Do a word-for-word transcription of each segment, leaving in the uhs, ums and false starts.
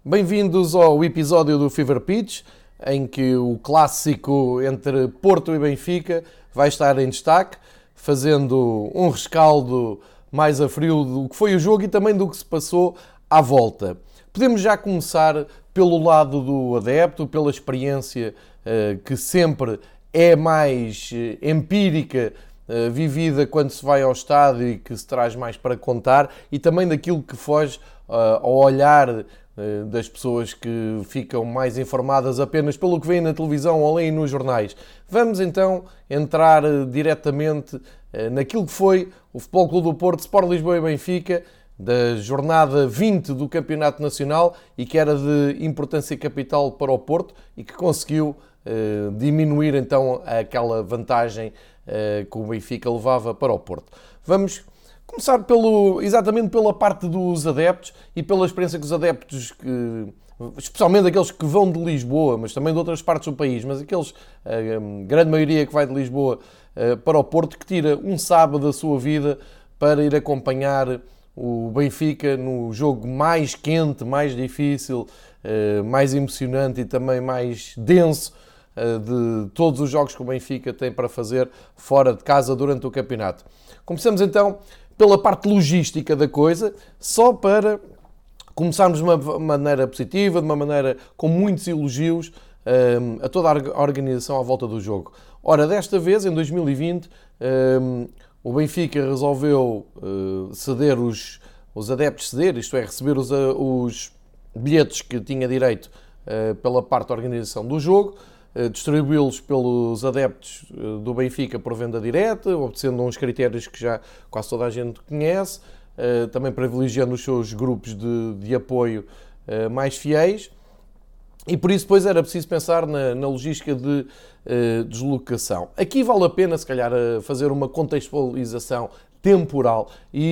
Bem-vindos ao episódio do Fever Pitch, em que o clássico entre Porto e Benfica vai estar em destaque, fazendo um rescaldo mais a frio do que foi o jogo e também do que se passou à volta. Podemos já começar pelo lado do adepto, pela experiência uh, que sempre é mais uh, empírica, uh, vivida quando se vai ao estádio e que se traz mais para contar, e também daquilo que foge uh, ao olhar das pessoas que ficam mais informadas apenas pelo que veem na televisão ou leem nos jornais. Vamos então entrar diretamente naquilo que foi o Futebol Clube do Porto, Sport Lisboa e Benfica, da jornada vinte do Campeonato Nacional e que era de importância capital para o Porto e que conseguiu eh, diminuir então aquela vantagem eh, que o Benfica levava para o Porto. Vamos começar pelo, exatamente pela parte dos adeptos e pela experiência que os adeptos, que, especialmente aqueles que vão de Lisboa, mas também de outras partes do país, mas aqueles, a grande maioria que vai de Lisboa para o Porto, que tira um sábado da sua vida para ir acompanhar o Benfica no jogo mais quente, mais difícil, mais emocionante e também mais denso de todos os jogos que o Benfica tem para fazer fora de casa durante o campeonato. Começamos então pela parte logística da coisa, só para começarmos de uma maneira positiva, de uma maneira com muitos elogios um, a toda a organização à volta do jogo. Ora, desta vez, em dois mil e vinte, um, o Benfica resolveu uh, ceder os, os adeptos, ceder, isto é, receber os, os bilhetes que tinha direito uh, pela parte da organização do jogo, distribuí-los pelos adeptos do Benfica por venda direta, obedecendo a uns critérios que já quase toda a gente conhece, também privilegiando os seus grupos de, de apoio mais fiéis, e por isso depois era preciso pensar na, na logística de uh, deslocação. Aqui vale a pena, se calhar, fazer uma contextualização temporal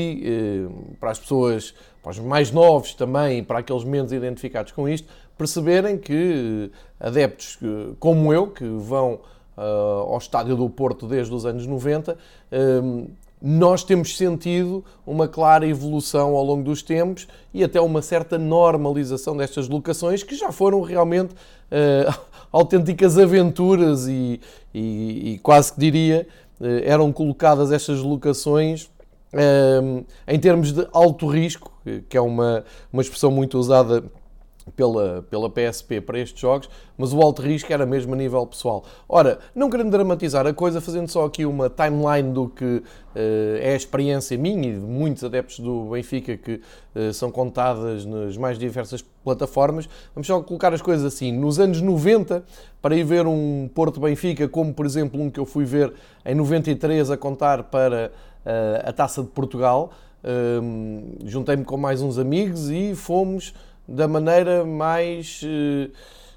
e uh, para as pessoas, para os mais novos também, e para aqueles menos identificados com isto, perceberem que adeptos como eu, que vão uh, ao Estádio do Porto desde os anos noventa, uh, nós temos sentido uma clara evolução ao longo dos tempos e até uma certa normalização destas locações que já foram realmente uh, autênticas aventuras e, e, e quase que diria, uh, eram colocadas estas locações uh, em termos de alto risco, que é uma, uma expressão muito usada Pela, pela P S P para estes jogos, mas o alto risco era mesmo a nível pessoal. Ora, não querendo dramatizar a coisa, fazendo só aqui uma timeline do que uh, é a experiência minha e de muitos adeptos do Benfica que uh, são contadas nas mais diversas plataformas, vamos só colocar as coisas assim. Nos anos noventa, para ir ver um Porto-Benfica, como por exemplo um que eu fui ver em noventa e três a contar para uh, a Taça de Portugal, uh, juntei-me com mais uns amigos e fomos da maneira mais uh,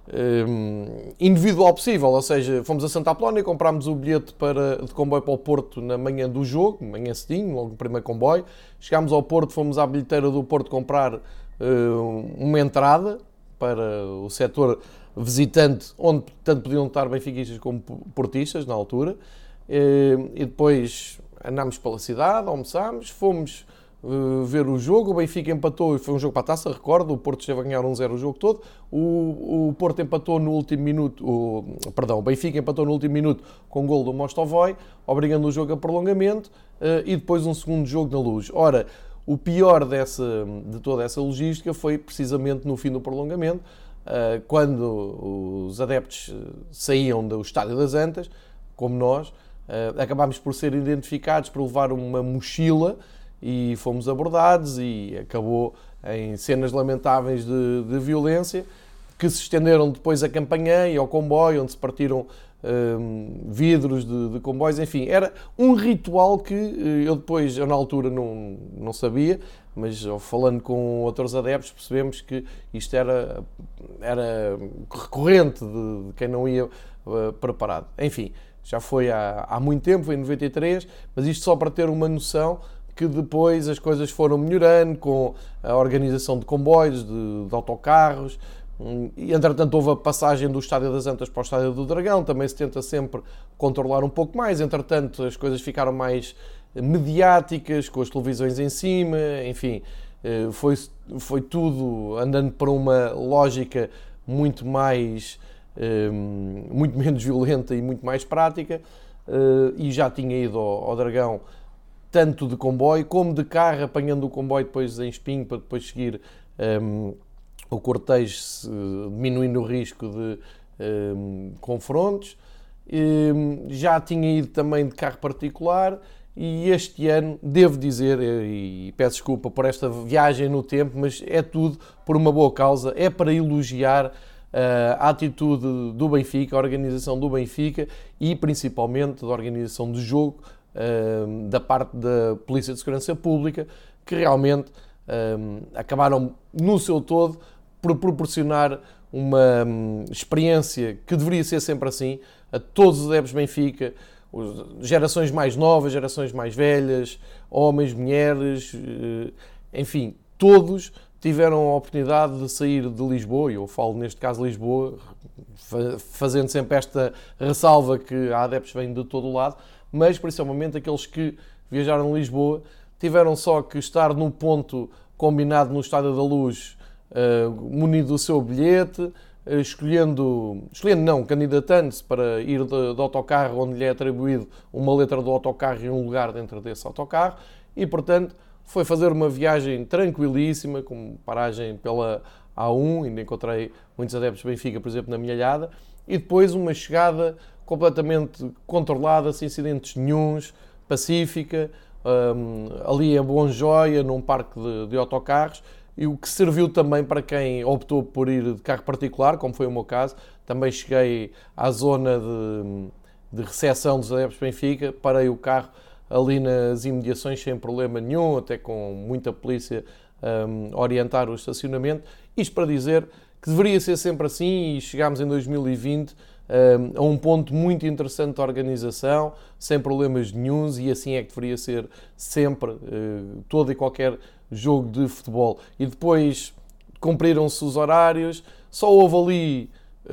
um, individual possível, ou seja, fomos a Santa Apolónia, comprámos o bilhete para, de comboio para o Porto na manhã do jogo, manhã cedinho, logo no primeiro comboio, chegámos ao Porto, fomos à bilheteira do Porto comprar uh, uma entrada para o setor visitante, onde tanto podiam estar benfiquistas como portistas na altura, uh, e depois andámos pela cidade, almoçámos, fomos Uh, ver o jogo, o Benfica empatou e foi um jogo para a taça, recordo, o Porto esteve a ganhar um zero o jogo todo, o, o Porto empatou no último minuto, o, perdão, o Benfica empatou no último minuto com o gol do Mostovoi, obrigando o jogo a prolongamento uh, e depois um segundo jogo na Luz. Ora, o pior dessa, de toda essa logística foi precisamente no fim do prolongamento, uh, quando os adeptos saíam do Estádio das Antas, como nós, uh, acabámos por ser identificados por levar uma mochila e fomos abordados e acabou em cenas lamentáveis de, de violência que se estenderam depois a Campanhã e ao comboio, onde se partiram hum, vidros de, de comboios, enfim, era um ritual que eu depois, eu na altura não, não sabia, mas falando com outros adeptos percebemos que isto era, era recorrente de, de quem não ia uh, preparado. Enfim, já foi há, há muito tempo, foi em noventa e três, mas isto só para ter uma noção que depois as coisas foram melhorando com a organização de comboios, de, de autocarros, e entretanto houve a passagem do Estádio das Antas para o Estádio do Dragão, também se tenta sempre controlar um pouco mais, entretanto as coisas ficaram mais mediáticas, com as televisões em cima, enfim, foi, foi tudo andando para uma lógica muito mais, muito menos violenta e muito mais prática, e já tinha ido ao, ao Dragão tanto de comboio como de carro, apanhando o comboio depois em Espinho para depois seguir um, o cortejo, diminuindo o risco de um, confrontos. Um, já tinha ido também de carro particular e este ano, devo dizer, e peço desculpa por esta viagem no tempo, mas é tudo por uma boa causa, é para elogiar uh, a atitude do Benfica, a organização do Benfica e principalmente da organização do jogo, Uh, da parte da Polícia de Segurança Pública, que realmente uh, acabaram no seu todo por proporcionar uma um, experiência que deveria ser sempre assim a todos os adeptos Benfica, gerações mais novas, gerações mais velhas, homens, mulheres, uh, enfim, todos tiveram a oportunidade de sair de Lisboa, e eu falo neste caso Lisboa, fazendo sempre esta ressalva que há adeptos que vêm de todo o lado, mas principalmente aqueles que viajaram de Lisboa tiveram só que estar no ponto combinado no Estádio da Luz, uh, munido do seu bilhete, uh, escolhendo, escolhendo não, candidatando-se para ir de, de autocarro onde lhe é atribuído uma letra do autocarro e um lugar dentro desse autocarro e, portanto, foi fazer uma viagem tranquilíssima, com paragem pela A um, ainda encontrei muitos adeptos de Benfica, por exemplo, na Milhalhada, e depois uma chegada completamente controlada, sem incidentes nenhuns, pacífica, um, ali em Bonjoia, num parque de, de autocarros, e o que serviu também para quem optou por ir de carro particular, como foi o meu caso. Também cheguei à zona de, de recepção dos adeptos Benfica, parei o carro ali nas imediações sem problema nenhum, até com muita polícia um, orientar o estacionamento. Isto para dizer que deveria ser sempre assim, e chegámos em dois mil e vinte a um ponto muito interessante da organização, sem problemas nenhuns, e assim é que deveria ser sempre, todo e qualquer jogo de futebol. E depois cumpriram-se os horários, só houve ali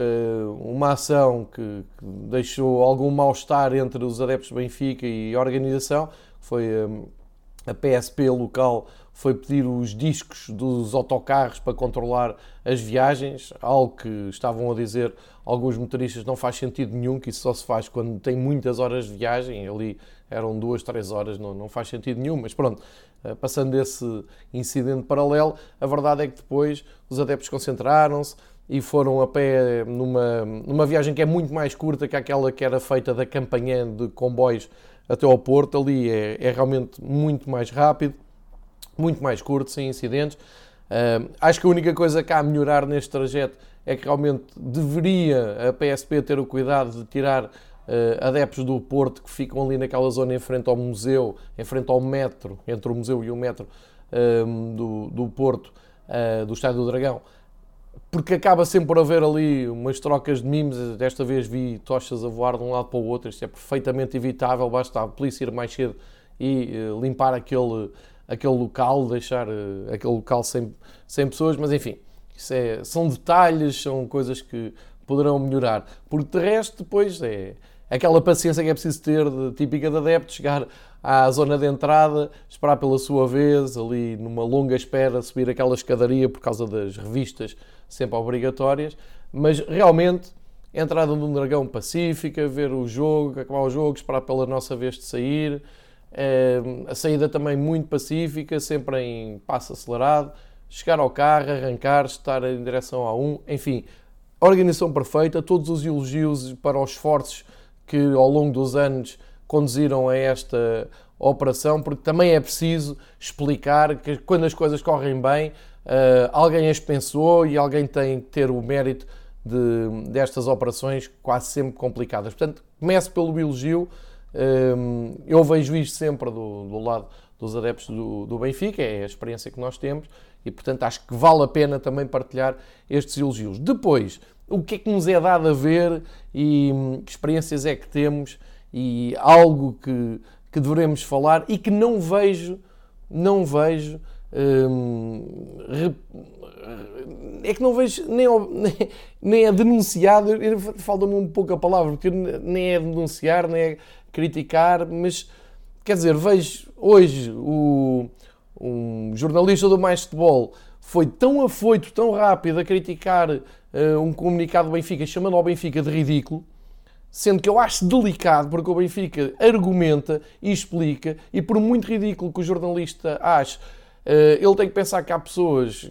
uma ação que deixou algum mal-estar entre os adeptos do Benfica e a organização, foi a P S P local foi pedir os discos dos autocarros para controlar as viagens, algo que estavam a dizer alguns motoristas não faz sentido nenhum, que isso só se faz quando tem muitas horas de viagem, ali eram duas, três horas, não, não faz sentido nenhum, mas pronto, passando desse incidente paralelo, a verdade é que depois os adeptos concentraram-se e foram a pé numa, numa viagem que é muito mais curta que aquela que era feita da campanha de comboios até ao Porto. Ali é, é realmente muito mais rápido, muito mais curto, sem incidentes. Uh, acho que a única coisa que há a melhorar neste trajeto é que realmente deveria a P S P ter o cuidado de tirar uh, adeptos do Porto que ficam ali naquela zona em frente ao museu, em frente ao metro, entre o museu e o metro uh, do, do Porto, uh, do Estádio do Dragão, porque acaba sempre por haver ali umas trocas de mimos. Desta vez vi tochas a voar de um lado para o outro, isto é perfeitamente evitável, basta a polícia ir mais cedo e uh, limpar aquele... aquele local, deixar uh, aquele local sem, sem pessoas, mas enfim, isso é, são detalhes, são coisas que poderão melhorar. Por de resto, depois é aquela paciência que é preciso ter, de, típica de adepto, chegar à zona de entrada, esperar pela sua vez, ali numa longa espera, subir aquela escadaria por causa das revistas sempre obrigatórias, mas realmente a entrada de um Dragão pacífica, ver o jogo, acabar o jogo, esperar pela nossa vez de sair. A saída também muito pacífica, sempre em passo acelerado, chegar ao carro, arrancar, estar em direção a um, enfim, organização perfeita, todos os elogios para os esforços que ao longo dos anos conduziram a esta operação, porque também é preciso explicar que quando as coisas correm bem, alguém as pensou e alguém tem que ter o mérito de, destas operações quase sempre complicadas. Portanto, começo pelo elogio. Eu vejo isto sempre do, do lado dos adeptos do, do Benfica, é a experiência que nós temos e, portanto, acho que vale a pena também partilhar estes elogios. Depois, o que é que nos é dado a ver e que experiências é que temos e algo que, que devemos falar e que não vejo, não vejo, hum, é que não vejo nem, nem, nem é denunciado, falta-me um pouco a palavra, porque nem é denunciar, nem é criticar, mas, quer dizer, vejo hoje o, um jornalista do Mais Futebol foi tão afoito, tão rápido a criticar uh, um comunicado do Benfica, chamando ao Benfica de ridículo, sendo que eu acho delicado, porque o Benfica argumenta e explica, e por muito ridículo que o jornalista ache, uh, ele tem que pensar que há pessoas,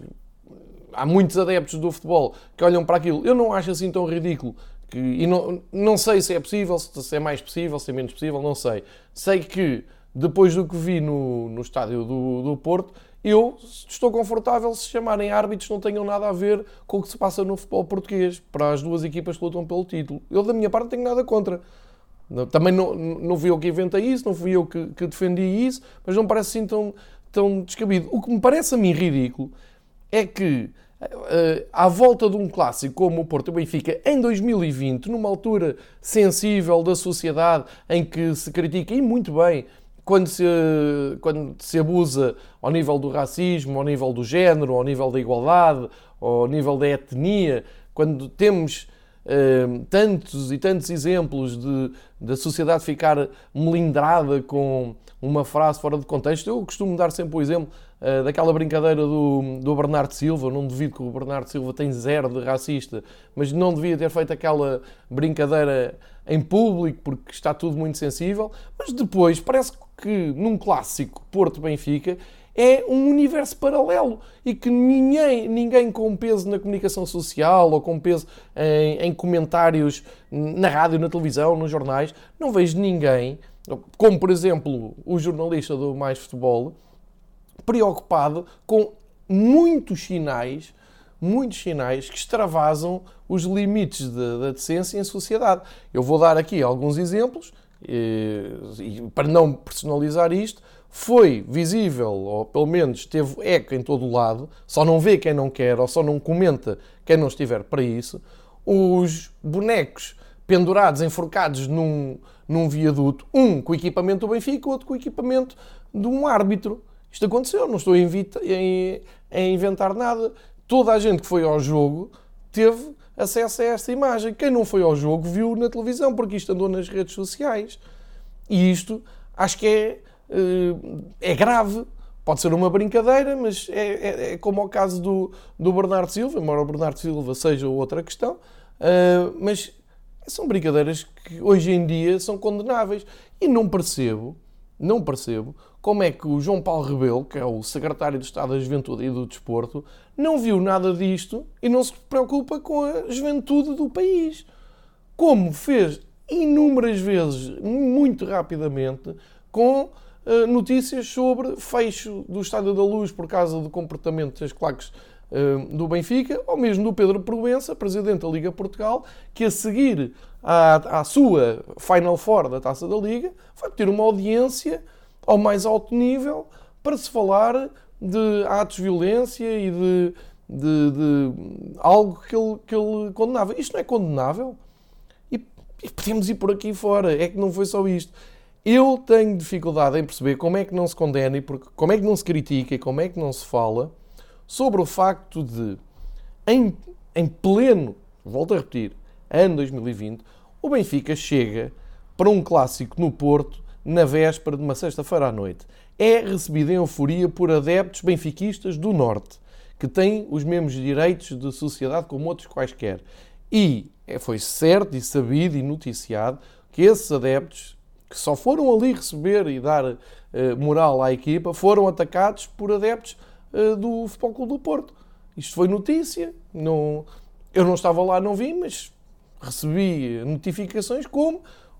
há muitos adeptos do futebol que olham para aquilo. Eu não acho assim tão ridículo. Que, e não, não sei se é possível, se é mais possível, se é menos possível, não sei. Sei que, depois do que vi no, no estádio do, do Porto, eu estou confortável se chamarem árbitros que não tenham nada a ver com o que se passa no futebol português, para as duas equipas que lutam pelo título. Eu, da minha parte, não tenho nada contra. Também não, não fui eu que inventei isso, não fui eu que, que defendi isso, mas não me parece assim tão, tão descabido. O que me parece a mim ridículo é que, uh, à volta de um clássico como o Porto e o Benfica, em dois mil e vinte, numa altura sensível da sociedade, em que se critica, e muito bem, quando se, quando se abusa ao nível do racismo, ao nível do género, ao nível da igualdade, ao nível da etnia, quando temos uh, tantos e tantos exemplos de, da sociedade ficar melindrada com uma frase fora de contexto. Eu costumo dar sempre o exemplo uh, daquela brincadeira do, do Bernardo Silva. Eu não duvido que o Bernardo Silva tem zero de racista, mas não devia ter feito aquela brincadeira em público, porque está tudo muito sensível. Mas depois parece que num clássico Porto-Benfica é um universo paralelo e que ninguém, ninguém com peso na comunicação social ou com peso em, em comentários na rádio, na televisão, nos jornais, não vejo ninguém, como por exemplo o jornalista do Mais Futebol, preocupado com muitos sinais, muitos sinais que extravasam os limites da, da decência em sociedade. Eu vou dar aqui alguns exemplos, e, e, para não personalizar isto. Foi visível, ou pelo menos teve eco em todo o lado, só não vê quem não quer, ou só não comenta quem não estiver para isso, os bonecos pendurados, enforcados num, num viaduto, um com o equipamento do Benfica, outro com o equipamento de um árbitro. Isto aconteceu, não estou a, invita, a, a inventar nada. Toda a gente que foi ao jogo teve acesso a esta imagem. Quem não foi ao jogo viu na televisão, porque isto andou nas redes sociais. E isto, acho que é, é grave. Pode ser uma brincadeira, mas é, é, é como o caso do, do Bernardo Silva, embora o Bernardo Silva seja outra questão, uh, mas são brincadeiras que hoje em dia são condenáveis. E não percebo, não percebo como é que o João Paulo Rebelo, que é o secretário de Estado da Juventude e do Desporto, não viu nada disto e não se preocupa com a juventude do país. Como fez inúmeras vezes, muito rapidamente, com uh, notícias sobre fecho do Estádio da Luz por causa do comportamento das claques uh, do Benfica, ou mesmo do Pedro Proença, presidente da Liga Portugal, que a seguir à, à sua Final Four da Taça da Liga, vai ter uma audiência ao mais alto nível para se falar de atos de violência e de, de, de algo que ele, que ele condenava. Isto não é condenável? E, e podemos ir por aqui fora. É que não foi só isto. Eu tenho dificuldade em perceber como é que não se condena, e porque, como é que não se critica e como é que não se fala sobre o facto de, em, em pleno, volto a repetir, ano dois mil e vinte, o Benfica chega para um clássico no Porto na véspera de uma sexta-feira à noite. É recebido em euforia por adeptos benfiquistas do Norte, que têm os mesmos direitos de sociedade como outros quaisquer. E foi certo e sabido e noticiado que esses adeptos, que só foram ali receber e dar uh, moral à equipa, foram atacados por adeptos uh, do Futebol Clube do Porto. Isto foi notícia. Não, eu não estava lá, não vi, mas recebi notificações como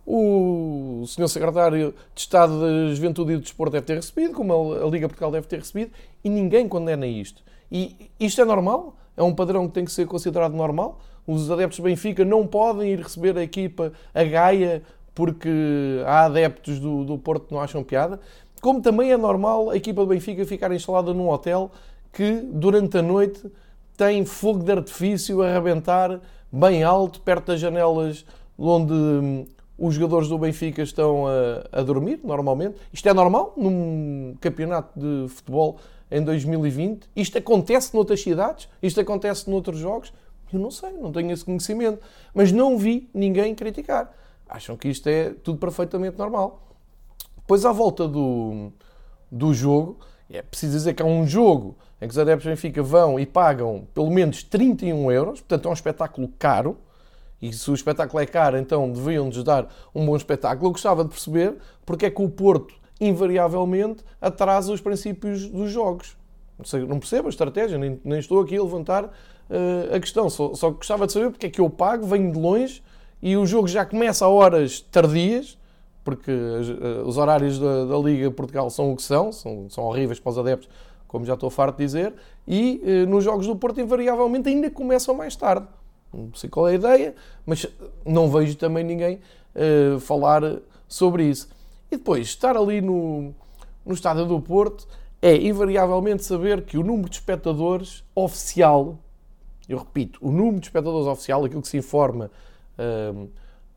o senhor Secretário de Estado da Juventude e do Desporto deve ter recebido, como a Liga Portugal deve ter recebido, e ninguém condena isto. E isto é normal? É um padrão que tem que ser considerado normal? Os adeptos do Benfica não podem ir receber a equipa a Gaia porque há adeptos do, do Porto que não acham piada? Como também é normal a equipa do Benfica ficar instalada num hotel que, durante a noite, tem fogo de artifício a arrebentar bem alto, perto das janelas onde os jogadores do Benfica estão a, a dormir, normalmente. Isto é normal num campeonato de futebol em dois mil e vinte? Isto acontece noutras cidades? Isto acontece noutros jogos? Eu não sei, não tenho esse conhecimento. Mas não vi ninguém criticar. Acham que isto é tudo perfeitamente normal. Depois, à volta do, do jogo, É preciso dizer que há um jogo em que os adeptos do Benfica vão e pagam pelo menos trinta e um euros, portanto é um espetáculo caro, e se o espetáculo é caro, então deviam-nos dar um bom espetáculo. Eu gostava de perceber porque é que o Porto, invariavelmente, atrasa os princípios dos jogos. Não, sei, não percebo a estratégia, nem, nem estou aqui a levantar uh, a questão, só, só gostava de saber porque é que eu pago, venho de longe, e o jogo já começa a horas tardias, porque uh, os horários da, da Liga Portugal são o que são, são, são horríveis para os adeptos, como já estou farto de dizer, e uh, nos jogos do Porto, invariavelmente, ainda começam mais tarde. Não sei qual é a ideia, mas não vejo também ninguém uh, falar sobre isso. E depois, estar ali no, no estádio do Porto é, invariavelmente, saber que o número de espectadores oficial, eu repito, o número de espectadores oficial, aquilo que se informa uh,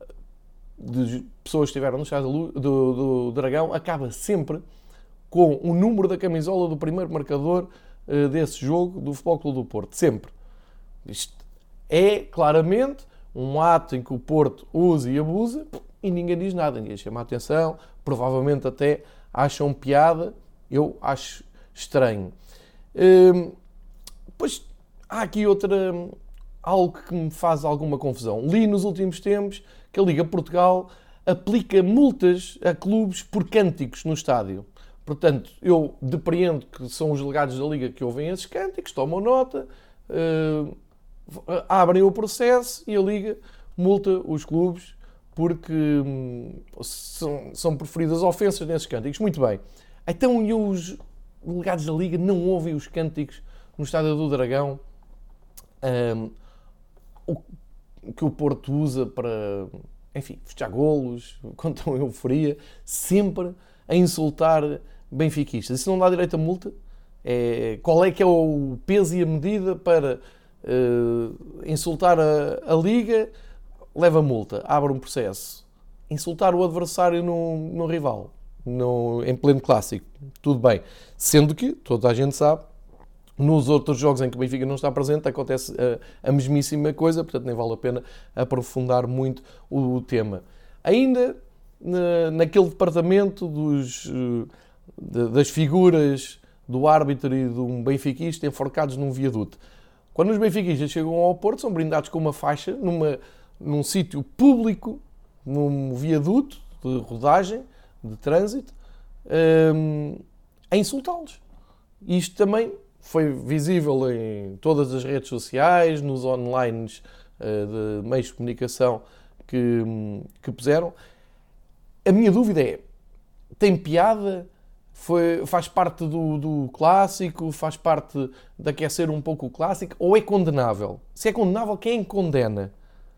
de pessoas que estiveram no estádio do, do, do Dragão, acaba sempre com o número da camisola do primeiro marcador uh, desse jogo do Futebol Clube do Porto. Sempre. Isto é, claramente, um ato em que o Porto usa e abusa e ninguém diz nada, ninguém chama a atenção, provavelmente até acham piada, eu acho estranho. Hum, pois há aqui outra, algo que me faz alguma confusão. Li nos últimos tempos que a Liga Portugal aplica multas a clubes por cânticos no estádio. Portanto, eu depreendo que são os delegados da Liga que ouvem esses cânticos, tomam nota, uh, abrem o processo e a Liga multa os clubes porque hum, são, são preferidas ofensas nesses cânticos. Muito bem. Então, e os delegados da Liga não ouvem os cânticos no estádio do Dragão, um, o que o Porto usa para, enfim, festejar golos, com euforia, sempre a insultar benfiquistas. Isso não dá direito a multa? É, qual é que é o peso e a medida para uh, insultar a, a Liga? Leva multa, abre um processo. Insultar o adversário no, no rival, no, em pleno clássico, tudo bem. Sendo que, toda a gente sabe, nos outros jogos em que o Benfica não está presente, acontece a, a mesmíssima coisa, portanto nem vale a pena aprofundar muito o, o tema. Ainda na, naquele departamento dos, de, das figuras do árbitro e de um benfiquista enforcados num viaduto. Quando os benfiquistas chegam ao Porto, são brindados com uma faixa numa, num sítio público, num viaduto de rodagem, de trânsito, um, a insultá-los. Isto também foi visível em todas as redes sociais, nos online uh, de meios de comunicação que, que puseram. A minha dúvida é, tem piada? Foi, faz parte do, do clássico? Faz parte de aquecer um pouco o clássico? Ou é condenável? Se é condenável, quem é que condena?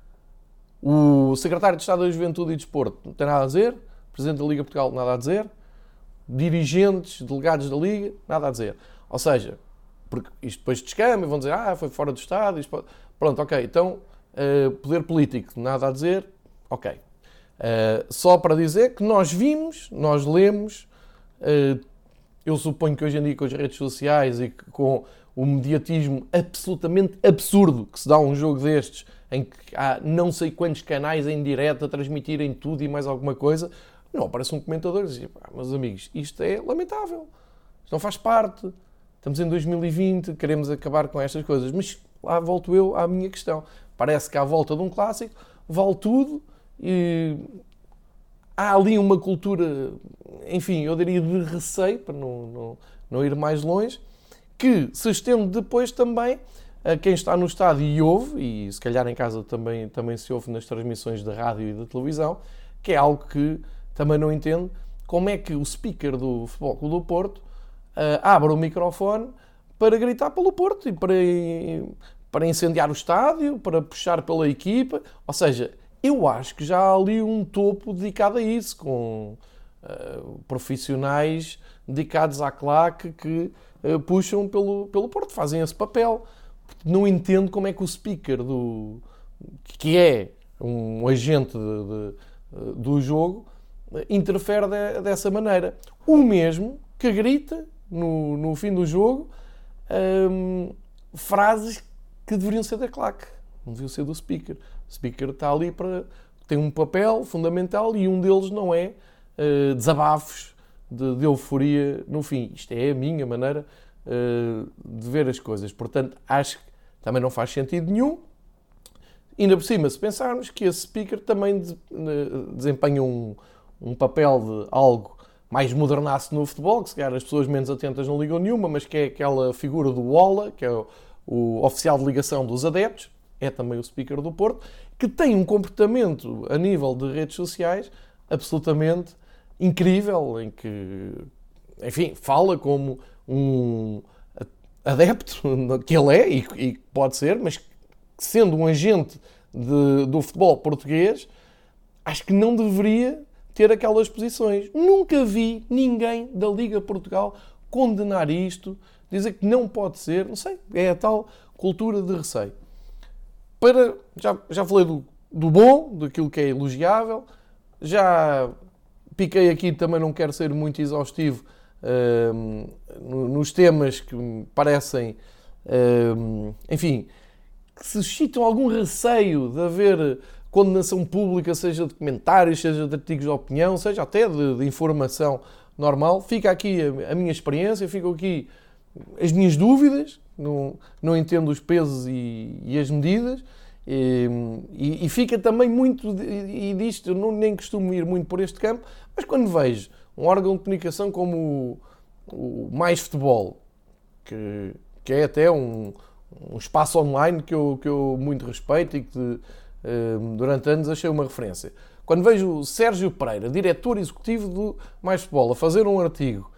O secretário de Estado da Juventude e Desporto não tem nada a dizer. O presidente da Liga Portugal nada a dizer. Dirigentes, delegados da Liga, nada a dizer. Ou seja, porque isto depois descama e vão dizer, ah, foi fora do Estado. Isto... Pronto, ok. Então, uh, poder político, nada a dizer. Ok. Uh, só para dizer que nós vimos, nós lemos, uh, eu suponho que hoje em dia com as redes sociais e com o mediatismo absolutamente absurdo que se dá a um jogo destes, em que há não sei quantos canais em direto a transmitirem tudo e mais alguma coisa, não aparece um comentador e diz, ah, meus amigos, isto é lamentável, isto não faz parte, estamos em dois mil e vinte, queremos acabar com estas coisas, mas lá volto eu à minha questão. Parece que à volta de um clássico vale tudo e há ali uma cultura, enfim, eu diria de receio, para não, não, não ir mais longe, que se estende depois também a quem está no estádio e ouve, e se calhar em casa também, também se ouve nas transmissões de rádio e de televisão, que é algo que também não entendo, como é que o speaker do Futebol Clube do Porto uh, abre o microfone para gritar pelo Porto e para, para incendiar o estádio, para puxar pela equipa. Ou seja, eu acho que já há ali um topo dedicado a isso, com uh, profissionais dedicados à claque que uh, puxam pelo, pelo Porto, fazem esse papel. Não entendo como é que o speaker, do, que é um agente de, de, do jogo, interfere de, dessa maneira. O mesmo que grita no, no fim do jogo hum, frases que deveriam ser da claque, não deveriam ser do speaker. O speaker está ali para... tem um papel fundamental e um deles não é uh, desabafos de, de euforia no fim. Isto é a minha maneira uh, de ver as coisas. Portanto, acho que também não faz sentido nenhum. Ainda por cima, se pensarmos que esse speaker também de, uh, desempenha um, um papel de algo mais modernaço no futebol, que se calhar as pessoas menos atentas não ligam nenhuma, mas que é aquela figura do Ola, que é o, o oficial de ligação dos adeptos, é também o speaker do Porto, que tem um comportamento a nível de redes sociais absolutamente incrível, em que, enfim, fala como um adepto, que ele é e, e pode ser, mas sendo um agente de, do futebol português, acho que não deveria ter aquelas posições. Nunca vi ninguém da Liga Portugal condenar isto, dizer que não pode ser, não sei, é a tal cultura de receio. Para, já, já falei do, do bom, daquilo que é elogiável, já piquei aqui, também não quero ser muito exaustivo uh, nos temas que me parecem, uh, enfim, que suscitam algum receio de haver condenação pública, seja de comentários, seja de artigos de opinião, seja até de, de informação normal. Fica aqui a, a minha experiência, ficam aqui as minhas dúvidas, não, não entendo os pesos e, e as medidas, e, e, e fica também muito, e disto eu não, nem costumo ir muito por este campo, mas quando vejo um órgão de comunicação como o, o Mais Futebol, que, que é até um, um espaço online que eu, que eu muito respeito e que durante anos achei uma referência. Quando vejo o Sérgio Pereira, diretor executivo do Mais Futebol, a fazer um artigo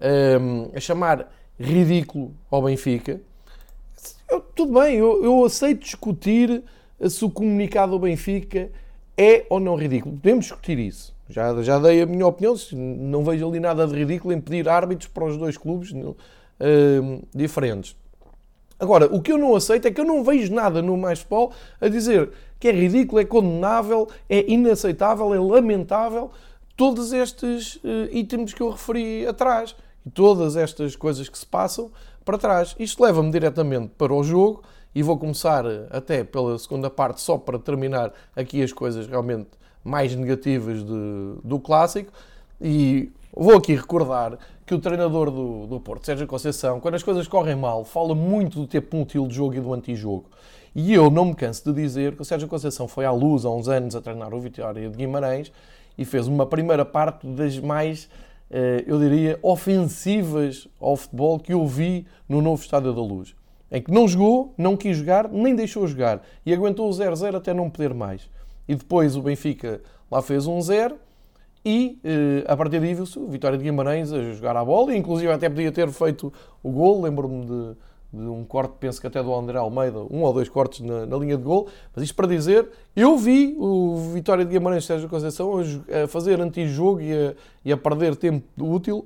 a chamar ridículo ao Benfica, eu, tudo bem, eu, eu aceito discutir se o comunicado ao Benfica é ou não ridículo. Podemos discutir isso. Já, já dei a minha opinião, não vejo ali nada de ridículo em pedir árbitros para os dois clubes uh, diferentes. Agora, o que eu não aceito é que eu não vejo nada no Mais Futebol a dizer que é ridículo, é condenável, é inaceitável, é lamentável todos estes uh, itens que eu referi atrás e todas estas coisas que se passam para trás. Isto leva-me diretamente para o jogo e vou começar até pela segunda parte, só para terminar aqui as coisas realmente mais negativas de, do Clássico. E vou aqui recordar que o treinador do, do Porto, Sérgio Conceição, quando as coisas correm mal, fala muito do tempo útil de jogo e do antijogo. E eu não me canso de dizer que o Sérgio Conceição foi à Luz há uns anos a treinar o Vitória de Guimarães e fez uma primeira parte das mais, eu diria, ofensivas ao futebol que eu vi no novo Estádio da Luz. Em que não jogou, não quis jogar, nem deixou jogar. E aguentou o zero a zero até não poder mais. E depois o Benfica lá fez um zero. E, a partir daí, viu-se o Vitória de Guimarães a jogar à bola, e inclusive até podia ter feito o gol, lembro-me de, de um corte, penso que até do André Almeida, um ou dois cortes na, na linha de gol, mas isto para dizer, eu vi o Vitória de Guimarães, Sérgio Conceição, a, a fazer antijogo e a, e a perder tempo útil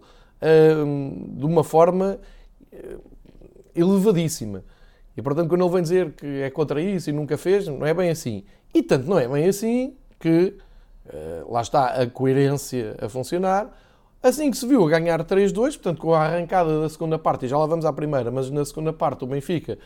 uh, de uma forma uh, elevadíssima. E, portanto, quando ele vem dizer que é contra isso e nunca fez, não é bem assim. E tanto não é bem assim que Uh, lá está a coerência a funcionar. Assim que se viu a ganhar três dois, portanto com a arrancada da segunda parte, e já lá vamos à primeira, mas na segunda parte o Benfica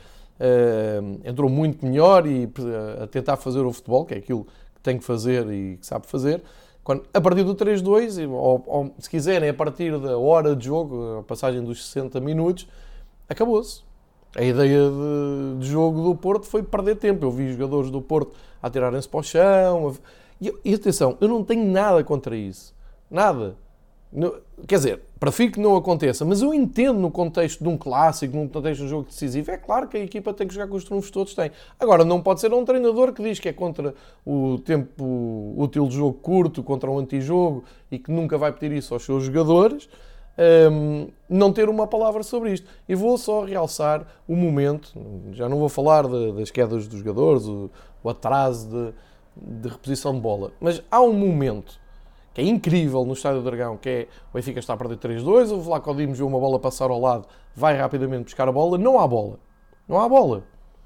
uh, entrou muito melhor e uh, a tentar fazer o futebol, que é aquilo que tem que fazer e que sabe fazer. Quando, a partir do três dois, ou, ou se quiserem a partir da hora de jogo, a passagem dos sessenta minutos, acabou-se. A ideia de, de jogo do Porto foi perder tempo. Eu vi jogadores do Porto a atirarem-se para o chão. A, e, e atenção, eu não tenho nada contra isso. Nada. No, quer dizer, prefiro que não aconteça, mas eu entendo no contexto de um clássico, num contexto de um jogo decisivo. É claro que a equipa tem que jogar com os trunfos todos têm. Agora, não pode ser um treinador que diz que é contra o tempo útil de jogo curto, contra um antijogo e que nunca vai pedir isso aos seus jogadores. Um, não ter uma palavra sobre isto. E vou só realçar o momento, já não vou falar de, das quedas dos jogadores, o, o atraso de, de reposição de bola, mas há um momento que é incrível no Estádio do Dragão, que é o Benfica está a perder três dois, o Vlaco Dimos vê uma bola passar ao lado, vai rapidamente buscar a bola, não há bola. Não há bola.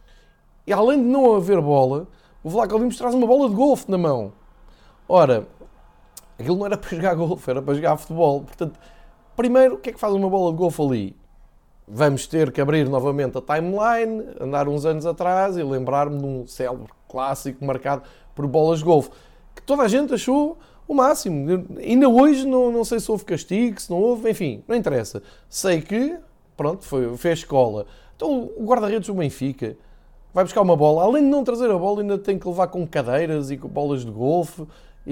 E além de não haver bola, o Vlaco Dimos traz uma bola de golfe na mão. Ora, aquilo não era para jogar golfe, era para jogar futebol. Portanto, primeiro, o que é que faz uma bola de golfe ali? Vamos ter que abrir novamente a timeline, andar uns anos atrás e lembrar-me de um célebre clássico marcado por bolas de golfe, que toda a gente achou o máximo. Eu, ainda hoje não, não sei se houve castigo, se não houve, enfim, não interessa. Sei que, pronto, foi, fez escola. Então o guarda-redes do Benfica vai buscar uma bola, além de não trazer a bola, ainda tem que levar com cadeiras e com bolas de golfe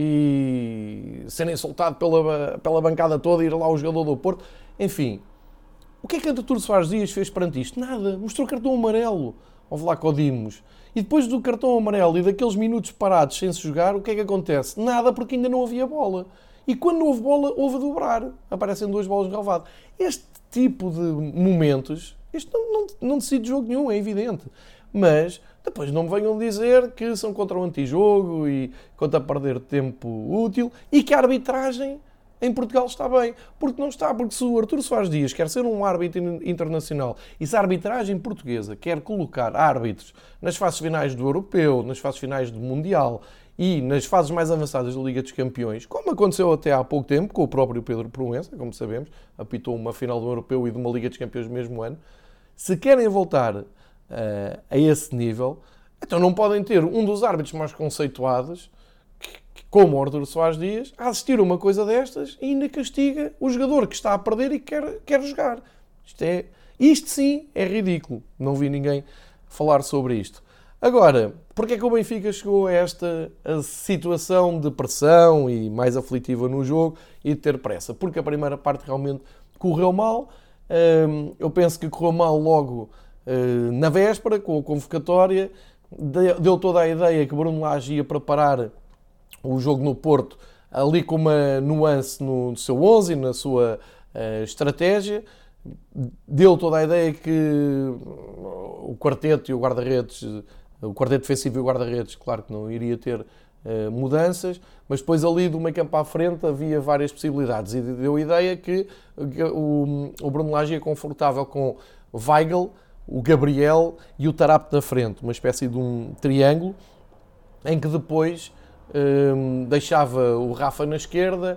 e serem soltado pela, pela bancada toda e ir lá o jogador do Porto. Enfim, o que é que a Artur Soares Dias fez perante isto? Nada. Mostrou cartão amarelo ao Vlaco Dimos. E depois do cartão amarelo e daqueles minutos parados sem se jogar, o que é que acontece? Nada, porque ainda não havia bola. E quando não houve bola, houve a dobrar. Aparecem duas bolas no relvado. Este tipo de momentos, isto não, não, não decide jogo nenhum, é evidente. Mas depois não me venham dizer que são contra o antijogo e contra perder tempo útil e que a arbitragem em Portugal está bem. Porque não está, porque se o Artur Soares Dias quer ser um árbitro internacional e se a arbitragem portuguesa quer colocar árbitros nas fases finais do Europeu, nas fases finais do Mundial e nas fases mais avançadas da Liga dos Campeões, como aconteceu até há pouco tempo com o próprio Pedro Proença, como sabemos, apitou uma final do Europeu e de uma Liga dos Campeões no mesmo ano, se querem voltar uh, a esse nível, então não podem ter um dos árbitros mais conceituados como o Artur Soares Dias, a assistir a uma coisa destas e ainda castiga o jogador que está a perder e que quer, quer jogar. Isto, é, isto sim é ridículo. Não vi ninguém falar sobre isto. Agora, porquê é que o Benfica chegou a esta a situação de pressão e mais aflitiva no jogo e de ter pressa? Porque a primeira parte realmente correu mal. Eu penso que correu mal logo na véspera, com a convocatória. Deu toda a ideia que Bruno Lage ia preparar o jogo no Porto, ali com uma nuance no seu onze, na sua uh, estratégia. Deu toda a ideia que o quarteto e o guarda-redes, o quarteto defensivo e o guarda-redes, claro que não iria ter uh, mudanças, mas depois ali do meio campo à frente havia várias possibilidades e deu a ideia que o, o Bruno Lage ia confortável com o Weigl, o Gabriel e o Tarapte na frente, uma espécie de um triângulo em que depois Um, deixava o Rafa na esquerda,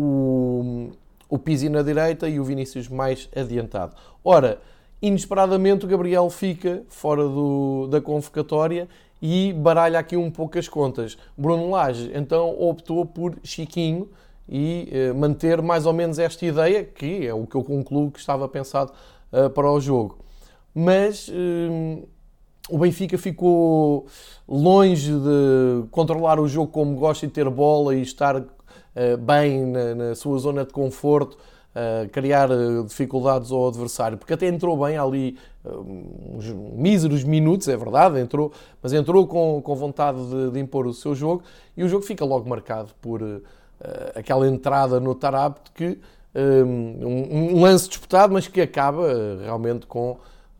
o, o Pizzi na direita e o Vinícius mais adiantado. Ora, inesperadamente o Gabriel fica fora do, da convocatória e baralha aqui um pouco as contas. Bruno Lage então optou por Chiquinho e uh, manter mais ou menos esta ideia, que é o que eu concluo que estava pensado uh, para o jogo. Mas Uh, o Benfica ficou longe de controlar o jogo como gosta e ter bola e estar uh, bem na, na sua zona de conforto, uh, criar uh, dificuldades ao adversário, porque até entrou bem ali uh, uns míseros minutos, é verdade, entrou, mas entrou com, com vontade de, de impor o seu jogo e o jogo fica logo marcado por uh, aquela entrada no Tarapte que um, um lance disputado, mas que acaba uh, realmente com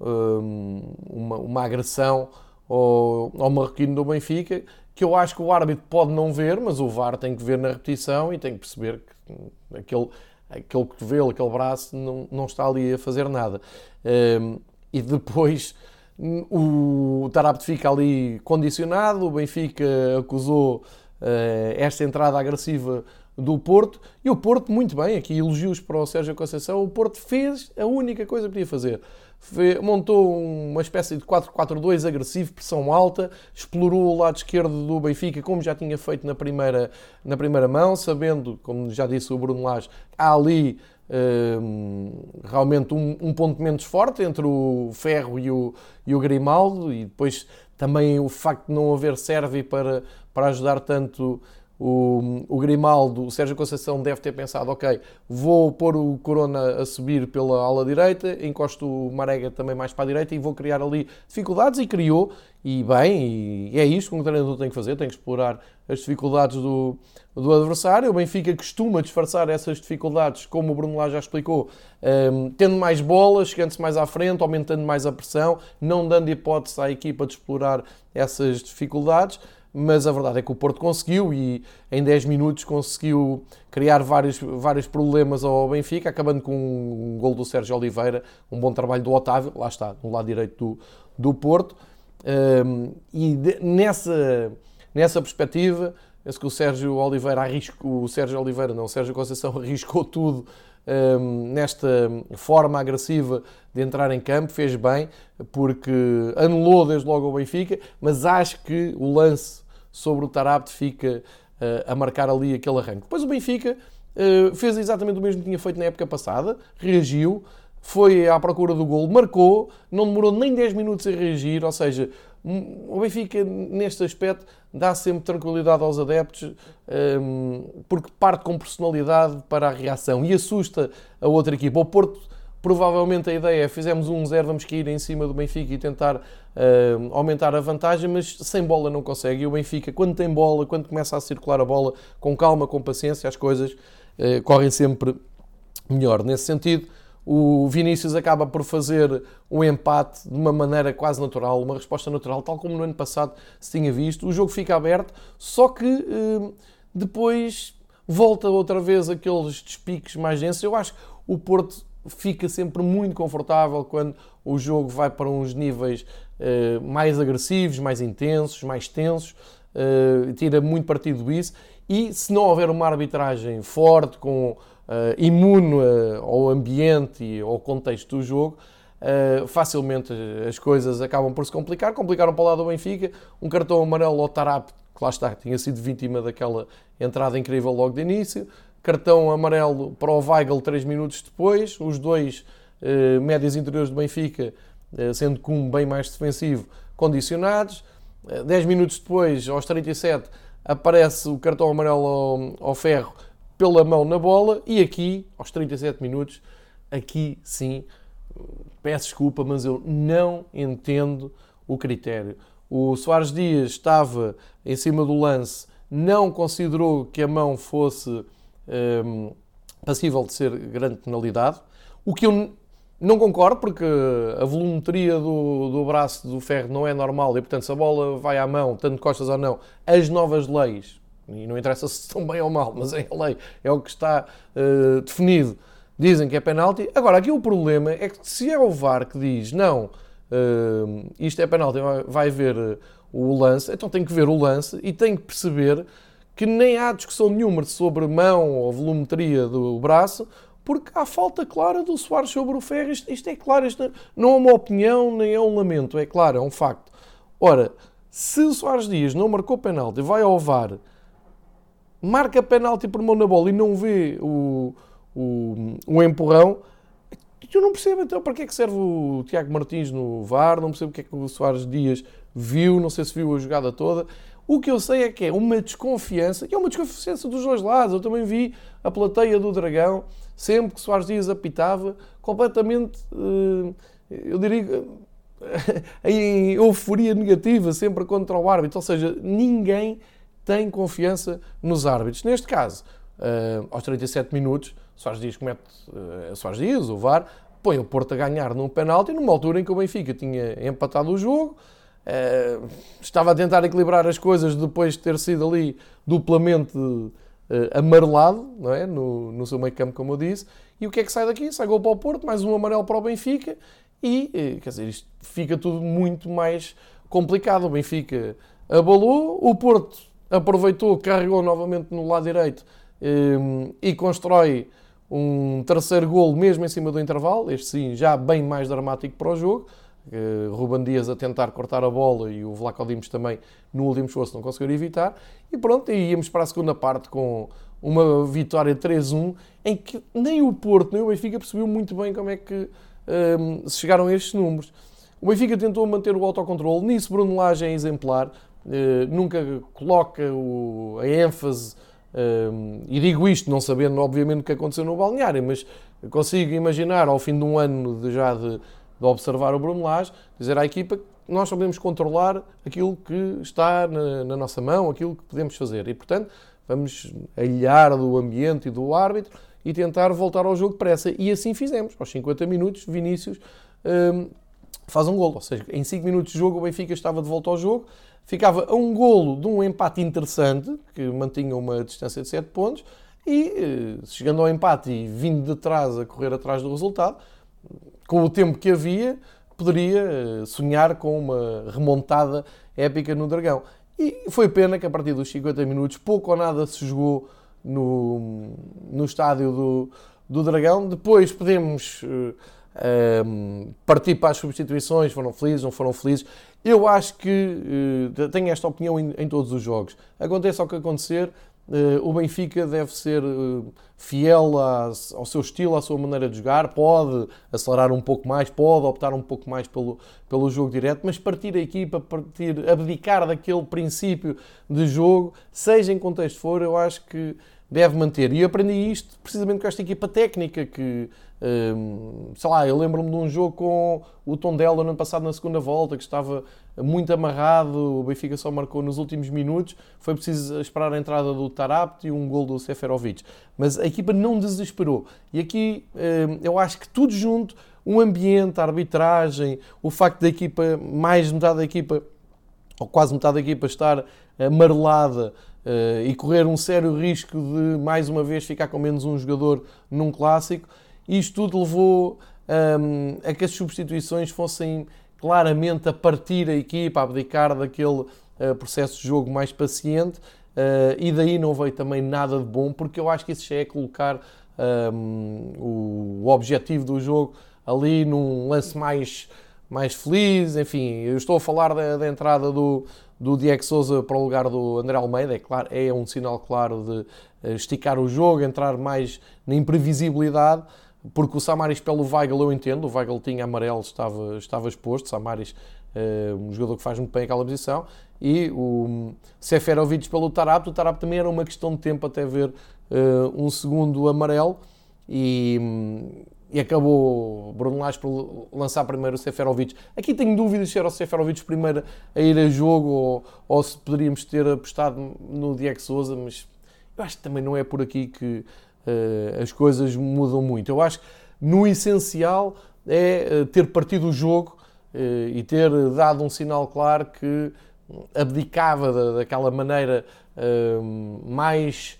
Uma, uma agressão ao, ao marroquino do Benfica, que eu acho que o árbitro pode não ver, mas o V A R tem que ver na repetição e tem que perceber que aquele, aquele cotovelo, aquele braço não, não está ali a fazer nada. Um, e depois o Tarapte fica ali condicionado, o Benfica acusou uh, esta entrada agressiva do Porto, e o Porto, muito bem, aqui elogios para o Sérgio Conceição, o Porto fez a única coisa que podia fazer. Montou uma espécie de quatro quatro dois agressivo, pressão alta, explorou o lado esquerdo do Benfica, como já tinha feito na primeira, na primeira mão, sabendo, como já disse o Bruno Lage, há ali um, realmente um, um ponto menos forte entre o Ferro e o, e o Grimaldo, e depois também o facto de não haver Sérvi para, para ajudar tanto O, o Grimaldo. O Sérgio Conceição deve ter pensado, ok, vou pôr o Corona a subir pela ala direita, encosto o Marega também mais para a direita e vou criar ali dificuldades, e criou, e bem, e é isto que um treinador tem que fazer, tem que explorar as dificuldades do, do adversário. O Benfica costuma disfarçar essas dificuldades, como o Bruno lá já explicou, um, tendo mais bola, chegando-se mais à frente, aumentando mais a pressão, não dando hipótese à equipa de explorar essas dificuldades. Mas a verdade é que o Porto conseguiu, e em dez minutos conseguiu criar vários, vários problemas ao Benfica, acabando com um gol do Sérgio Oliveira, um bom trabalho do Otávio, lá está, no lado direito do, do Porto. Um, e de, nessa, nessa perspectiva, penso que o Sérgio Oliveira arriscou, o Sérgio Oliveira não, o Sérgio Conceição arriscou tudo um, nesta forma agressiva de entrar em campo, fez bem, porque anulou desde logo o Benfica, mas acho que o lance sobre o Tarapte fica a marcar ali aquele arranque. Depois o Benfica fez exatamente o mesmo que tinha feito na época passada, reagiu, foi à procura do golo, marcou, não demorou nem dez minutos a reagir, ou seja, o Benfica neste aspecto dá sempre tranquilidade aos adeptos, porque parte com personalidade para a reação e assusta a outra equipa. O Porto, provavelmente a ideia é fizemos um zero, vamos cair em cima do Benfica e tentar uh, aumentar a vantagem, mas sem bola não consegue. E o Benfica, quando tem bola, quando começa a circular a bola, com calma, com paciência, as coisas uh, correm sempre melhor. Nesse sentido, o Vinícius acaba por fazer um empate de uma maneira quase natural, uma resposta natural, tal como no ano passado se tinha visto. O jogo fica aberto, só que uh, depois volta outra vez aqueles despiques mais densos. Eu acho que o Porto fica sempre muito confortável quando o jogo vai para uns níveis uh, mais agressivos, mais intensos, mais tensos, uh, tira muito partido disso, e se não houver uma arbitragem forte, com, uh, imune uh, ao ambiente e ao contexto do jogo, uh, facilmente as coisas acabam por se complicar. Complicaram para o lado do Benfica, um cartão amarelo ao Tarap, que lá está, tinha sido vítima daquela entrada incrível logo de início. Cartão amarelo para o Weigl três minutos depois, os dois eh, médios interiores do Benfica, eh, sendo que um bem mais defensivo, condicionados. Eh, dez minutos depois, aos trinta e sete, aparece o cartão amarelo ao, ao Ferro pela mão na bola, e aqui, aos trinta e sete minutos, aqui sim, peço desculpa, mas eu não entendo o critério. O Soares Dias estava em cima do lance, não considerou que a mão fosse Um, passível de ser grande penalidade, o que eu não concordo, porque a volumetria do, do braço do Ferro não é normal e, portanto, se a bola vai à mão, tanto de costas ou não, as novas leis, e não interessa se estão bem ou mal, mas é a lei, é o que está uh, definido, dizem que é penalti. Agora, aqui o problema é que se é o V A R que diz não, uh, isto é penalti, vai, vai ver uh, o lance, então tem que ver o lance e tem que perceber que nem há discussão nenhuma sobre mão ou volumetria do braço, porque há falta clara do Soares sobre o Ferro. Isto, isto é claro, isto não é uma opinião, nem é um lamento, é claro, é um facto. Ora, se o Soares Dias não marcou penalti, vai ao V A R, marca penalti por mão na bola e não vê o, o, o empurrão, eu não percebo então para que é que serve o Tiago Martins no V A R, não percebo o que é que o Soares Dias viu, não sei se viu a jogada toda. O que eu sei é que é uma desconfiança, e é uma desconfiança dos dois lados. Eu também vi a plateia do Dragão, sempre que Soares Dias apitava, completamente, eu diria, em euforia negativa, sempre contra o árbitro. Ou seja, ninguém tem confiança nos árbitros. Neste caso, aos trinta e sete minutos, Soares Dias comete, Soares Dias, o V A R, põe o Porto a ganhar num penalti, numa altura em que o Benfica tinha empatado o jogo. Uh, estava a tentar equilibrar as coisas depois de ter sido ali duplamente uh, amarelado, não é? no, no seu meio campo, como eu disse. E o que é que sai daqui? Sai gol para o Porto, mais um amarelo para o Benfica e, uh, quer dizer, isto fica tudo muito mais complicado. O Benfica abalou, o Porto aproveitou, carregou novamente no lado direito um, e constrói um terceiro golo mesmo em cima do intervalo, este sim já bem mais dramático para o jogo. Uh, Ruben Dias a tentar cortar a bola e o Vlaco Dimos também no último esforço não conseguiu evitar, e pronto, e íamos para a segunda parte com uma vitória três a um em que nem o Porto nem o Benfica percebiu muito bem como é que um, se chegaram a estes números. O Benfica tentou manter o autocontrole, nisso Bruno Lage é exemplar, uh, nunca coloca o, a ênfase, um, e digo isto não sabendo obviamente o que aconteceu no balneário, mas consigo imaginar ao fim de um ano de, já de de observar o Bruno Lage, dizer à equipa que nós só podemos controlar aquilo que está na, na nossa mão, aquilo que podemos fazer. E, portanto, vamos alhear do ambiente e do árbitro e tentar voltar ao jogo depressa. E assim fizemos. Aos cinquenta minutos, Vinícius hum, faz um golo. Ou seja, em cinco minutos de jogo o Benfica estava de volta ao jogo. Ficava a um golo de um empate interessante, que mantinha uma distância de sete pontos. E, chegando ao empate e vindo de trás a correr atrás do resultado, com o tempo que havia, poderia sonhar com uma remontada épica no Dragão. E foi pena que a partir dos cinquenta minutos pouco ou nada se jogou no, no estádio do, do Dragão. Depois podemos uh, um, partir para as substituições, foram felizes, não foram felizes. Eu acho que uh, tenho esta opinião em, em todos os jogos. Aconteça o que acontecer, o Benfica deve ser fiel ao seu estilo, à sua maneira de jogar, pode acelerar um pouco mais, pode optar um pouco mais pelo, pelo jogo direto, mas partir a equipa, partir, abdicar daquele princípio de jogo, seja em contexto for, eu acho que deve manter. E eu aprendi isto precisamente com esta equipa técnica que, hum, sei lá, eu lembro-me de um jogo com o Tondela no ano passado na segunda volta, que estava muito amarrado, o Benfica só marcou nos últimos minutos, foi preciso esperar a entrada do Tarapte e um gol do Seferovic. Mas a equipa não desesperou. E aqui hum, eu acho que tudo junto, o ambiente, a arbitragem, o facto da equipa, mais de metade da equipa, ou quase metade da equipa estar amarelada, Uh, e correr um sério risco de, mais uma vez, ficar com menos um jogador num clássico. Isto tudo levou um, a que as substituições fossem claramente a partir a equipa, a abdicar daquele uh, processo de jogo mais paciente, uh, e daí não veio também nada de bom, porque eu acho que isso já é colocar um, o, o objetivo do jogo ali num lance mais, mais feliz. Enfim, eu estou a falar da, da entrada do do Diego Sousa para o lugar do André Almeida, é claro, é um sinal claro de esticar o jogo, entrar mais na imprevisibilidade, porque o Samaris pelo Weigl eu entendo, o Weigl tinha amarelo, estava, estava exposto, Samaris, uh, um jogador que faz muito bem aquela posição, e o Seferovic pelo Tarapte, o Tarapte também era uma questão de tempo até ver uh, um segundo amarelo, e... e acabou Bruno Lage por lançar primeiro o Seferovic. Aqui tenho dúvidas se era o Seferovic primeiro a ir a jogo ou, ou se poderíamos ter apostado no Diego Sousa, mas eu acho que também não é por aqui que uh, as coisas mudam muito. Eu acho que no essencial é uh, ter partido o jogo uh, e ter dado um sinal claro que abdicava da, daquela maneira uh, mais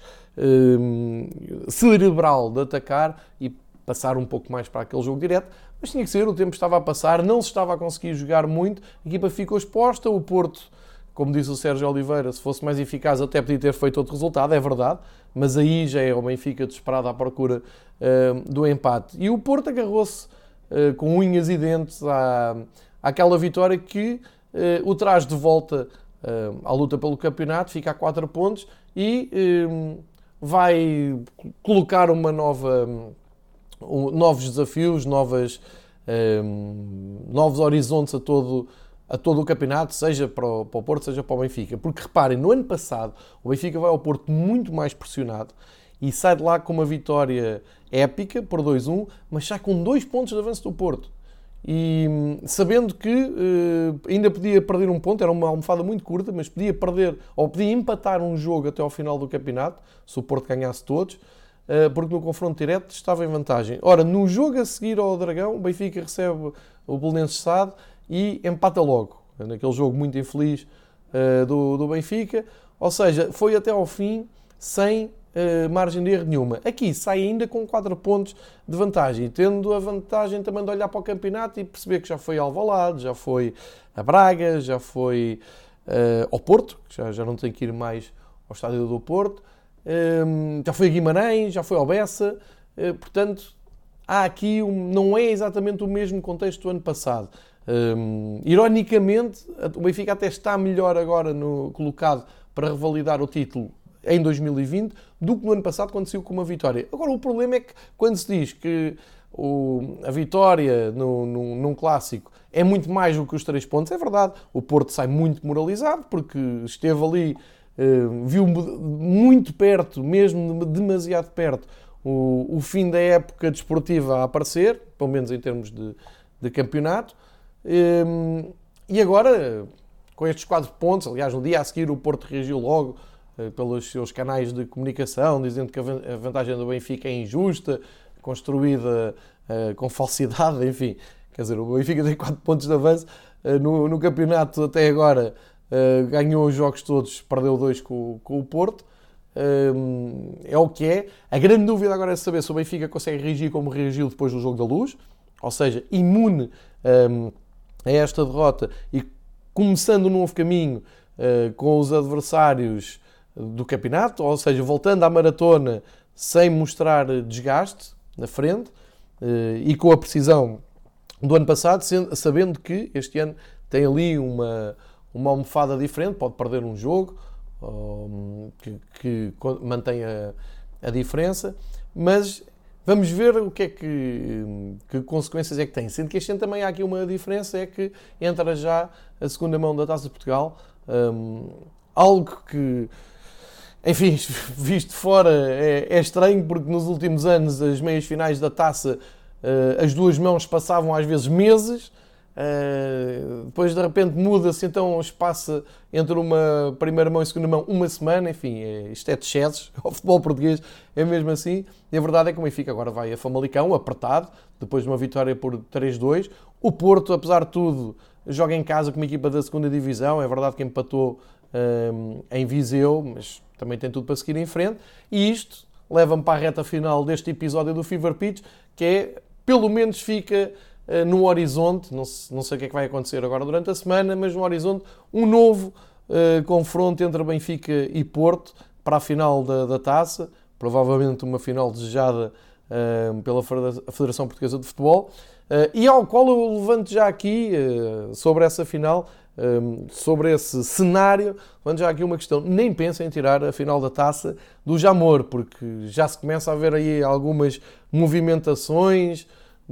uh, cerebral de atacar e passar um pouco mais para aquele jogo direto, mas tinha que ser, o tempo estava a passar, não se estava a conseguir jogar muito, a equipa ficou exposta, o Porto, como disse o Sérgio Oliveira, se fosse mais eficaz até podia ter feito outro resultado, é verdade, mas aí já é o Benfica desesperado à procura uh, do empate. E o Porto agarrou-se uh, com unhas e dentes à, àquela vitória que uh, o traz de volta uh, à luta pelo campeonato, fica a quatro pontos e uh, vai colocar uma nova... novos desafios, novas, um, novos horizontes a todo, a todo o campeonato, seja para o, para o Porto, seja para o Benfica. Porque reparem, no ano passado o Benfica vai ao Porto muito mais pressionado e sai de lá com uma vitória épica por dois a um, mas sai com dois pontos de avanço do Porto. E sabendo que uh, ainda podia perder um ponto, era uma almofada muito curta, mas podia perder ou podia empatar um jogo até ao final do campeonato, se o Porto ganhasse todos, porque no confronto direto estava em vantagem. Ora, no jogo a seguir ao Dragão, o Benfica recebe o Belenenses S A D e empata logo, naquele jogo muito infeliz uh, do, do Benfica, ou seja, foi até ao fim sem uh, margem de erro nenhuma. Aqui sai ainda com quatro pontos de vantagem, tendo a vantagem também de olhar para o campeonato e perceber que já foi a Alvalade, já foi a Braga, já foi uh, ao Porto, que já, já não tem que ir mais ao estádio do Porto, Um, já foi a Guimarães, já foi ao Bessa, uh, portanto há aqui um, não é exatamente o mesmo contexto do ano passado. Um, ironicamente, o Benfica até está melhor agora no, colocado para revalidar o título em dois mil e vinte do que no ano passado quando saiu com uma vitória. Agora o problema é que quando se diz que o, a vitória no, no, num clássico é muito mais do que os três pontos, é verdade, o Porto sai muito moralizado porque esteve ali. Uh, viu muito perto, mesmo demasiado perto, o, o fim da época desportiva a aparecer, pelo menos em termos de, de campeonato, um, e agora, com estes quatro pontos, aliás, no dia a seguir o Porto reagiu logo uh, pelos seus canais de comunicação, dizendo que a vantagem do Benfica é injusta, construída uh, com falsidade, enfim, quer dizer, o Benfica tem quatro pontos de avanço, uh, no, no campeonato até agora. Uh, ganhou os jogos todos, perdeu dois com, com o Porto. Um, é o que é. A grande dúvida agora é saber se o Benfica consegue reagir como reagiu depois do Jogo da Luz, ou seja, imune um, a esta derrota e começando um novo caminho uh, com os adversários do campeonato, ou seja, voltando à maratona sem mostrar desgaste na frente uh, e com a precisão do ano passado, sendo, sabendo que este ano tem ali uma... uma almofada diferente, pode perder um jogo, ou, que, que mantém a, a diferença, mas vamos ver o que é que, que consequências é que tem. Sendo que este ano também há aqui uma diferença, é que entra já a segunda mão da Taça de Portugal, um, algo que, enfim, visto de fora é, é estranho, porque nos últimos anos as meias finais da Taça, uh, as duas mãos passavam às vezes meses, uh, depois de repente muda-se, então espaça entre uma primeira mão e segunda mão uma semana, enfim, é, isto é de excessos, o futebol português é mesmo assim, e a verdade é que o Benfica agora vai a Famalicão, apertado, depois de uma vitória por três dois, o Porto, apesar de tudo, joga em casa com uma equipa da segunda divisão, é verdade que empatou um, em Viseu, mas também tem tudo para seguir em frente, e isto leva-me para a reta final deste episódio do Fever Pitch, que é, pelo menos fica uh, no horizonte, não, se, não sei o que é que vai acontecer agora durante a semana, mas no horizonte, um novo uh, confronto entre Benfica e Porto para a final da, da Taça, provavelmente uma final desejada uh, pela Federação Portuguesa de Futebol, uh, e ao qual eu levanto já aqui, uh, sobre essa final, um, sobre esse cenário, levanto já aqui uma questão. Nem pensem em tirar a final da Taça do Jamor, porque já se começa a ver aí algumas movimentações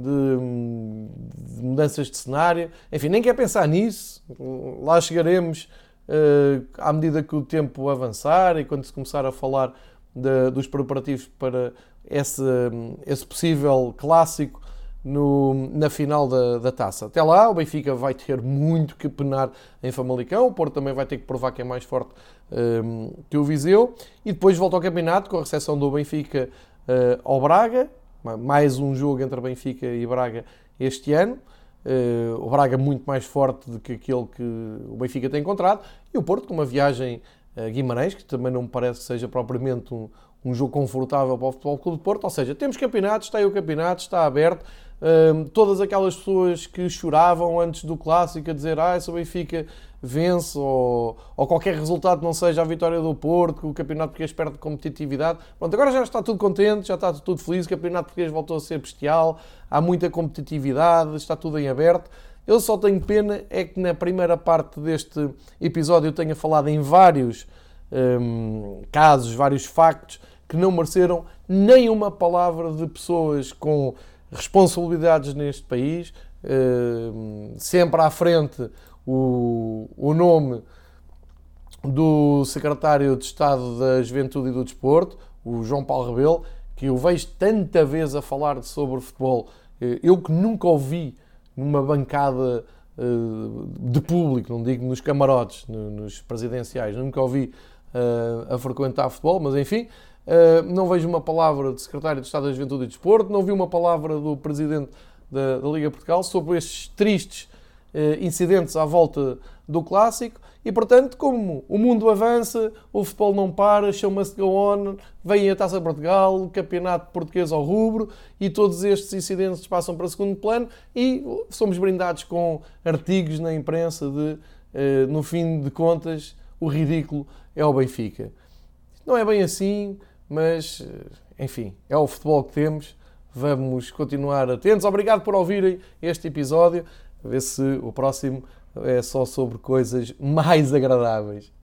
de, de mudanças de cenário. Enfim, nem quer pensar nisso, lá chegaremos uh, à medida que o tempo avançar e quando se começar a falar de, dos preparativos para esse, esse possível clássico no, na final da, da Taça. Até lá, o Benfica vai ter muito que penar em Famalicão, o Porto também vai ter que provar que é mais forte um, que o Viseu, e depois volta ao campeonato com a recepção do Benfica uh, ao Braga, mais um jogo entre Benfica e Braga este ano, uh, o Braga muito mais forte do que aquele que o Benfica tem encontrado, e o Porto com uma viagem a Guimarães, que também não me parece que seja propriamente um, um jogo confortável para o Futebol Clube de Porto. Ou seja, temos campeonato, está aí o campeonato, está aberto. Um, todas aquelas pessoas que choravam antes do Clássico a dizer ah, se o Benfica vence ou, ou qualquer resultado que não seja a vitória do Porto, que o campeonato português perde competitividade. Pronto, agora já está tudo contente, já está tudo feliz, o campeonato português voltou a ser bestial, há muita competitividade, está tudo em aberto. Eu só tenho pena é que na primeira parte deste episódio eu tenha falado em vários um, casos, vários factos que não mereceram nem uma palavra de pessoas com responsabilidades neste país. Um, sempre à frente o, o nome do secretário de Estado da Juventude e do Desporto, o João Paulo Rebelo, que eu vejo tanta vez a falar sobre futebol, eu que nunca ouvi numa bancada uh, de público, não digo nos camarotes, no, nos presidenciais, nunca ouvi uh, a frequentar futebol, mas enfim, uh, não vejo uma palavra do secretário de Estado da Juventude e Desporto, não vi uma palavra do presidente da, da Liga Portugal sobre estes tristes uh, incidentes à volta do Clássico. E, portanto, como o mundo avança, o futebol não para, show must go on, vem a Taça de Portugal, o Campeonato Português ao rubro, e todos estes incidentes passam para segundo plano e somos brindados com artigos na imprensa de, no fim de contas, o ridículo é o Benfica. Não é bem assim, mas, enfim, é o futebol que temos. Vamos continuar atentos. Obrigado por ouvirem este episódio. A ver se o próximo é só sobre coisas mais agradáveis.